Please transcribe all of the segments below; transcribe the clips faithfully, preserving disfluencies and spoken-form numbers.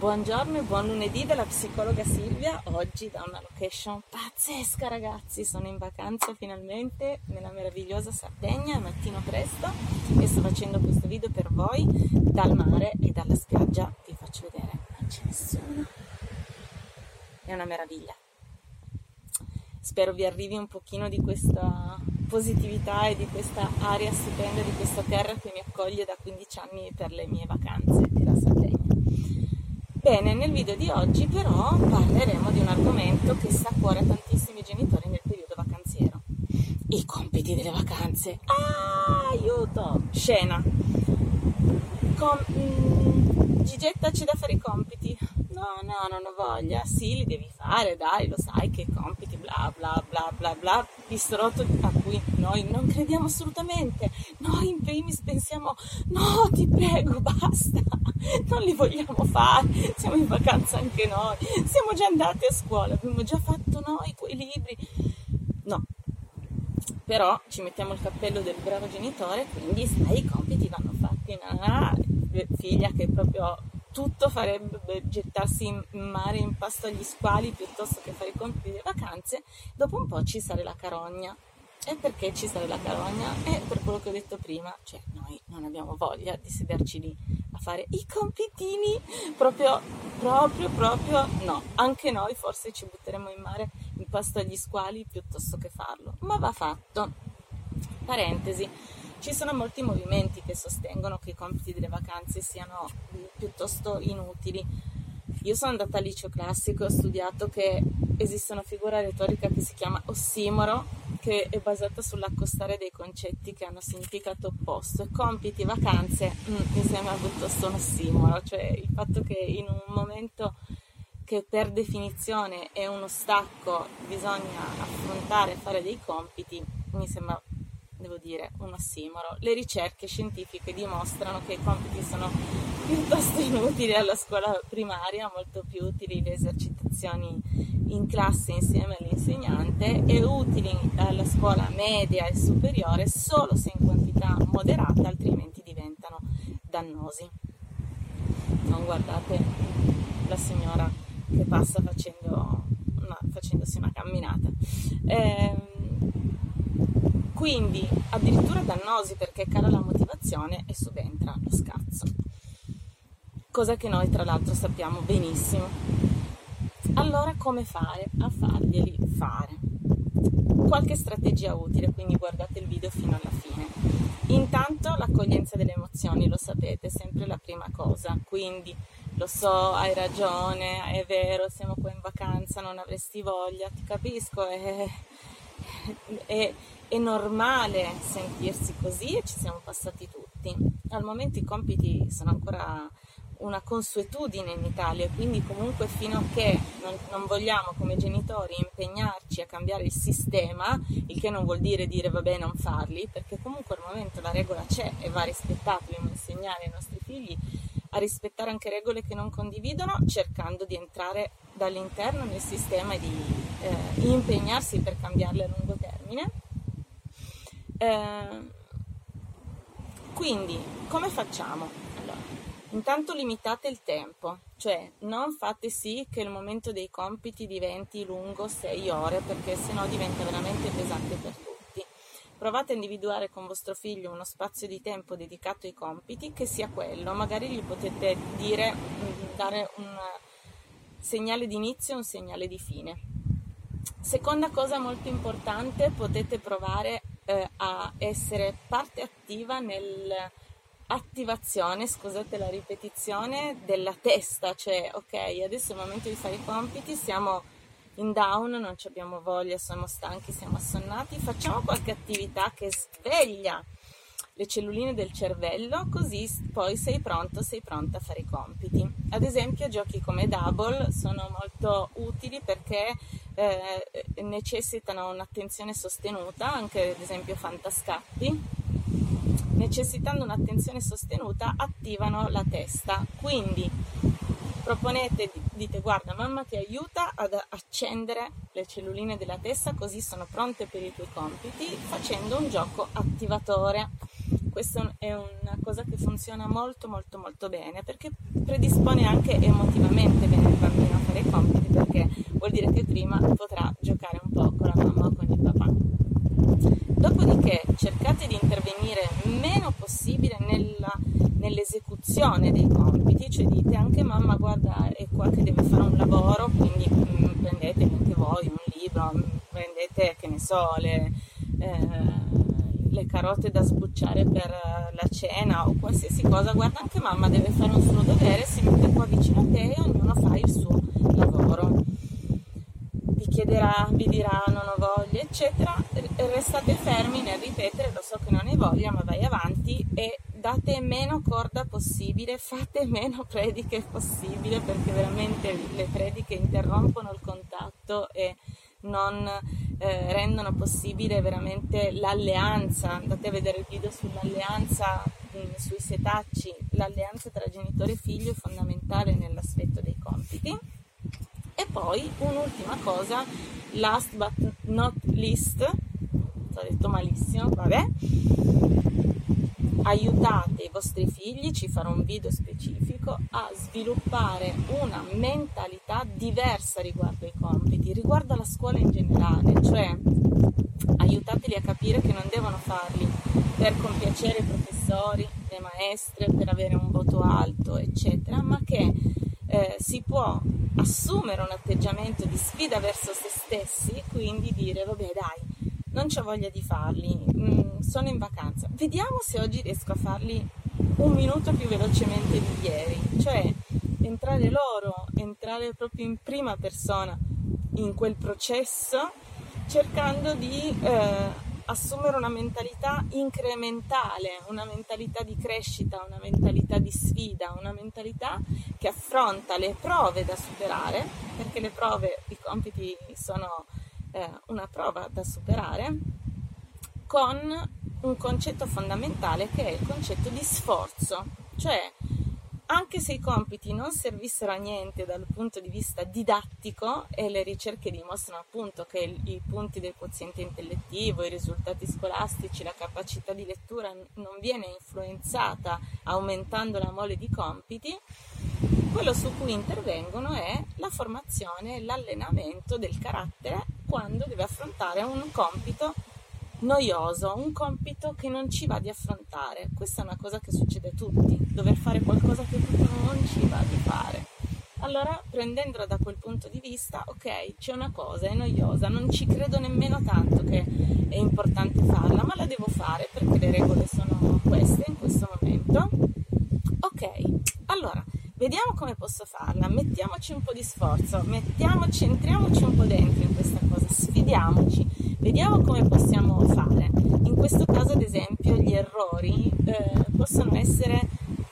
Buongiorno e buon lunedì dalla psicologa Silvia, oggi da una location pazzesca ragazzi, sono in vacanza finalmente nella meravigliosa Sardegna, è mattino presto e sto facendo questo video per voi dal mare e dalla spiaggia, vi faccio vedere, non c'è nessuno, è una meraviglia. Spero vi arrivi un pochino di questa positività e di questa aria stupenda di questa terra che mi accoglie da quindici anni per le mie vacanze, che è la Sardegna. Bene, nel video di oggi però parleremo di un argomento che sta a cuore a tantissimi genitori nel periodo vacanziero. I compiti delle vacanze. Ah, aiuto! Scena. Com- mm, Gigetta, c'è da fare i compiti? No, no, non ho voglia. Sì, li devi fare, dai, lo sai che compiti, bla bla bla bla bla, pistolotto a cui noi non crediamo assolutamente. Noi in primis pensiamo, no, ti prego, basta, non li vogliamo fare, siamo in vacanza anche noi, siamo già andati a scuola, abbiamo già fatto noi quei libri. No, però ci mettiamo il cappello del bravo genitore, quindi sai, i compiti vanno fatti. Ah, figlia che proprio tutto farebbe gettarsi in mare in pasto agli squali piuttosto che fare i compiti delle vacanze, dopo un po' ci sale la carogna. E perché ci sale la carogna? È per quello che ho detto prima, cioè noi non abbiamo voglia di sederci lì a fare i compitini, proprio, proprio, proprio no. Anche noi forse ci butteremo in mare in pasto agli squali piuttosto che farlo, ma va fatto. Parentesi, ci sono molti movimenti che sostengono che i compiti delle vacanze siano piuttosto inutili. Io sono andata al liceo classico e ho studiato che esiste una figura retorica che si chiama ossimoro, che è basata sull'accostare dei concetti che hanno significato opposto, e compiti, vacanze, mm, mi sembra piuttosto un ossimoro, cioè il fatto che in un momento che per definizione è uno stacco bisogna affrontare e fare dei compiti, mi sembra, devo dire, un ossimoro. Le ricerche scientifiche dimostrano che i compiti sono piuttosto inutili alla scuola primaria, molto più utili le esercitazioni in classe insieme all'insegnante e utili alla scuola media e superiore solo se in quantità moderata, altrimenti diventano dannosi. Non guardate la signora che passa facendo una, facendosi una camminata. Ehm, Quindi addirittura dannosi perché cala la motivazione e subentra lo scarso, cosa che noi tra l'altro sappiamo benissimo. Allora come fare a farglieli fare? Qualche strategia utile, quindi guardate il video fino alla fine. Intanto l'accoglienza delle emozioni, lo sapete, è sempre la prima cosa, quindi lo so, hai ragione, è vero, siamo qua in vacanza, non avresti voglia, ti capisco, è... È, è normale sentirsi così e ci siamo passati tutti. Al momento i compiti sono ancora una consuetudine in Italia, quindi comunque fino a che non, non vogliamo come genitori impegnarci a cambiare il sistema, il che non vuol dire dire vabbè non farli, perché comunque al momento la regola c'è e va rispettata, dobbiamo insegnare ai nostri figli a rispettare anche regole che non condividono, cercando di entrare dall'interno nel sistema e di eh, impegnarsi per cambiarle a lungo termine. Eh, quindi, come facciamo? Allora, intanto limitate il tempo, cioè non fate sì che il momento dei compiti diventi lungo sei ore, perché sennò diventa veramente pesante per tutti. Provate a individuare con vostro figlio uno spazio di tempo dedicato ai compiti che sia quello, magari gli potete dire, dare un segnale di inizio e un segnale di fine. Seconda cosa molto importante, potete provare eh, a essere parte attiva nell'attivazione, scusate la ripetizione, della testa, cioè ok, adesso è il momento di fare i compiti, siamo in down, non ci abbiamo voglia, siamo stanchi, siamo assonnati, facciamo qualche attività che sveglia le celluline del cervello, così poi sei pronto, sei pronta a fare i compiti. Ad esempio giochi come Double sono molto utili perché eh, necessitano un'attenzione sostenuta, anche ad esempio Fantascatti, necessitando un'attenzione sostenuta attivano la testa, quindi proponete, dite guarda mamma ti aiuta ad accendere le celluline della testa così sono pronte per i tuoi compiti facendo un gioco attivatore. Questa è una cosa che funziona molto molto molto bene perché predispone anche emotivamente bene il bambino a fare i compiti, perché vuol dire che prima potrà giocare un po' con la mamma o con il papà. Dopodiché cercate di intervenire meno possibile nella, nell'esecuzione dei compiti, cioè dite anche mamma guarda è qua che deve fare un lavoro, quindi mh, prendete anche voi un libro, mh, prendete che ne so le, eh, le carote da sbucciare per la cena o qualsiasi cosa, guarda anche mamma deve fare un suo dovere, si mette qua vicino a te e ognuno fa il suo lavoro. Vi chiederà, vi dirà non ho voglia eccetera, restate fermi nel ripetere, lo so che non hai voglia ma vai avanti e date meno corda possibile, fate meno prediche possibile, perché veramente le prediche interrompono il contatto e non eh, rendono possibile veramente l'alleanza. Andate a vedere il video sull'alleanza mh, sui setacci. L'alleanza tra genitore e figlio è fondamentale nell'aspetto dei compiti. E poi un'ultima cosa, last but not least, ho detto malissimo, vabbè, aiutate i vostri figli, ci farò un video specifico, a sviluppare una mentalità diversa riguardo ai compiti, riguardo alla scuola in generale, cioè aiutateli a capire che non devono farli per compiacere i professori, le maestre, per avere un voto alto, eccetera, ma che eh, si può assumere un atteggiamento di sfida verso se stessi, quindi dire vabbè dai, non c'ho voglia di farli, mm, sono in vacanza, vediamo se oggi riesco a farli un minuto più velocemente di ieri, cioè entrare loro, entrare proprio in prima persona in quel processo, cercando di eh, assumere una mentalità incrementale, una mentalità di crescita, una mentalità di sfida, una mentalità che affronta le prove da superare, perché le prove, i compiti sono eh, una prova da superare, con un concetto fondamentale che è il concetto di sforzo, cioè anche se i compiti non servissero a niente dal punto di vista didattico, e le ricerche dimostrano appunto che i punti del quoziente intellettivo, i risultati scolastici, la capacità di lettura non viene influenzata aumentando la mole di compiti, quello su cui intervengono è la formazione e l'allenamento del carattere quando deve affrontare un compito noioso, un compito che non ci va di affrontare. Questa è una cosa che succede a tutti, dover fare qualcosa che proprio non ci va di fare. Allora, prendendolo da quel punto di vista, ok, c'è una cosa, è noiosa, non ci credo nemmeno tanto che è importante farla, ma la devo fare perché le regole sono queste in questo momento. Ok, allora, vediamo come posso farla, mettiamoci un po' di sforzo, mettiamoci, entriamoci un po' dentro in questa cosa, sfidiamoci, vediamo come possiamo fare. In questo caso, ad esempio, gli errori eh, possono essere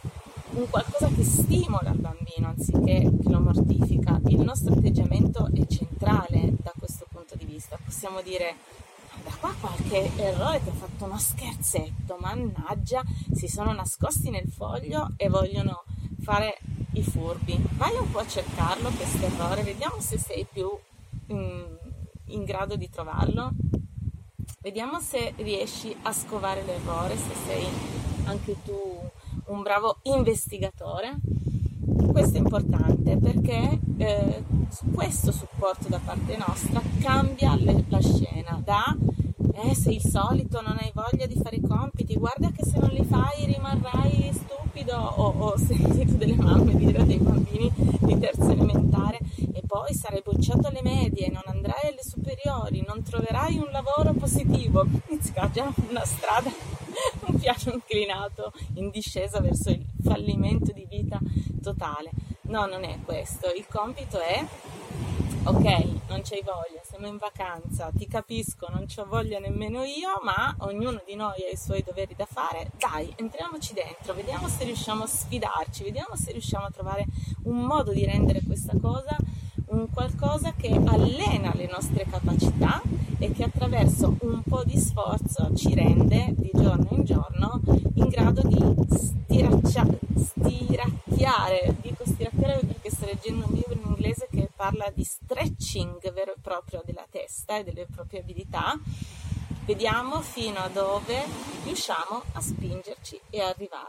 un qualcosa che stimola il bambino anziché che lo mortifica. Il nostro atteggiamento è centrale da questo punto di vista. Possiamo dire: da qua qualche errore, ti ha fatto uno scherzetto, mannaggia, si sono nascosti nel foglio e vogliono fare i furbi. Vai un po' a cercarlo questo errore, vediamo se sei più in, in grado di trovarlo, vediamo se riesci a scovare l'errore, se sei anche tu un bravo investigatore. Questo è importante perché eh, questo supporto da parte nostra cambia le, la scena da eh, sei il solito, non hai voglia di fare i compiti, guarda che se non li fai rimarrai stupido, o ho sentito delle mamme dire a dei bambini di terza elementare: e poi sarai bocciato alle medie, non andrai alle superiori, non troverai un lavoro positivo. Inizia già una strada, un piano inclinato in discesa verso il fallimento di vita totale. No, non è questo. Il compito è: ok, non c'hai voglia, siamo in vacanza, ti capisco, non c'ho voglia nemmeno io, ma ognuno di noi ha i suoi doveri da fare, dai, entriamoci dentro, vediamo se riusciamo a sfidarci, vediamo se riusciamo a trovare un modo di rendere questa cosa un qualcosa che allena le nostre capacità e che attraverso un po' di sforzo ci rende di giorno in giorno in grado di stiraccia- stiracchiare, dico stiracchiare perché sto leggendo un libro in inglese che parla di stretching vero e proprio della testa e delle proprie abilità. Vediamo fino a dove riusciamo a spingerci e arrivare.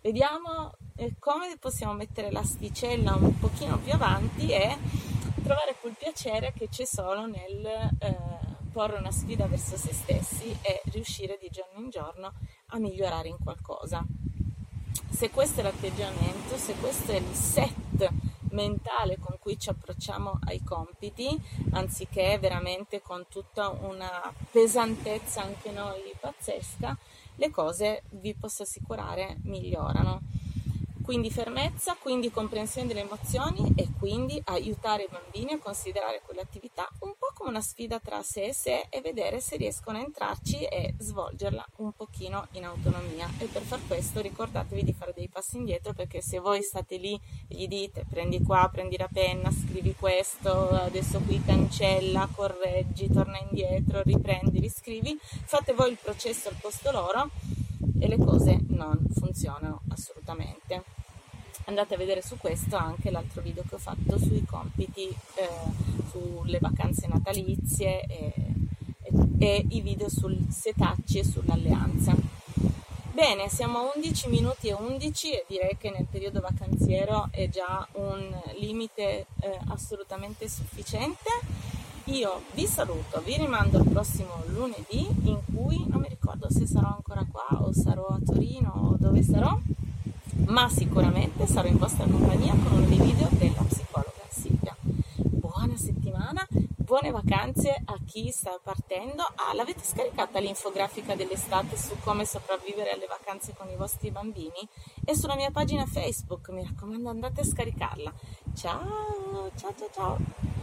Vediamo eh, come possiamo mettere l'asticella un pochino più avanti e trovare quel piacere che c'è solo nel eh, porre una sfida verso se stessi e riuscire di giorno in giorno a migliorare in qualcosa. Se questo è l'atteggiamento, se questo è il set mentale con cui ci approcciamo ai compiti, anziché veramente con tutta una pesantezza anche noi pazzesca, le cose, vi posso assicurare, migliorano. Quindi fermezza, quindi comprensione delle emozioni e quindi aiutare i bambini a considerare quell'attività un po' come una sfida tra sé e sé e vedere se riescono a entrarci e svolgerla un pochino in autonomia. E per far questo ricordatevi di fare dei passi indietro, perché se voi state lì e gli dite prendi qua, prendi la penna, scrivi questo, adesso qui cancella, correggi, torna indietro, riprendi, riscrivi, fate voi il processo al posto loro e le cose non funzionano assolutamente. Andate a vedere su questo anche l'altro video che ho fatto sui compiti, eh, sulle vacanze natalizie e, e, e i video sul setacci e sull'alleanza. Bene, siamo a undici minuti e undici e direi che nel periodo vacanziero è già un limite eh, assolutamente sufficiente. Io vi saluto, vi rimando al prossimo lunedì, in cui non mi ricordo se sarò ancora qua o sarò a Torino o dove sarò, ma sicuramente sarò in vostra compagnia con uno dei video della psicologa Silvia. Buona settimana, buone vacanze a chi sta partendo. Ah, l'avete scaricata l'infografica dell'estate su come sopravvivere alle vacanze con i vostri bambini? È sulla mia pagina Facebook, mi raccomando, andate a scaricarla. Ciao, ciao, ciao, ciao.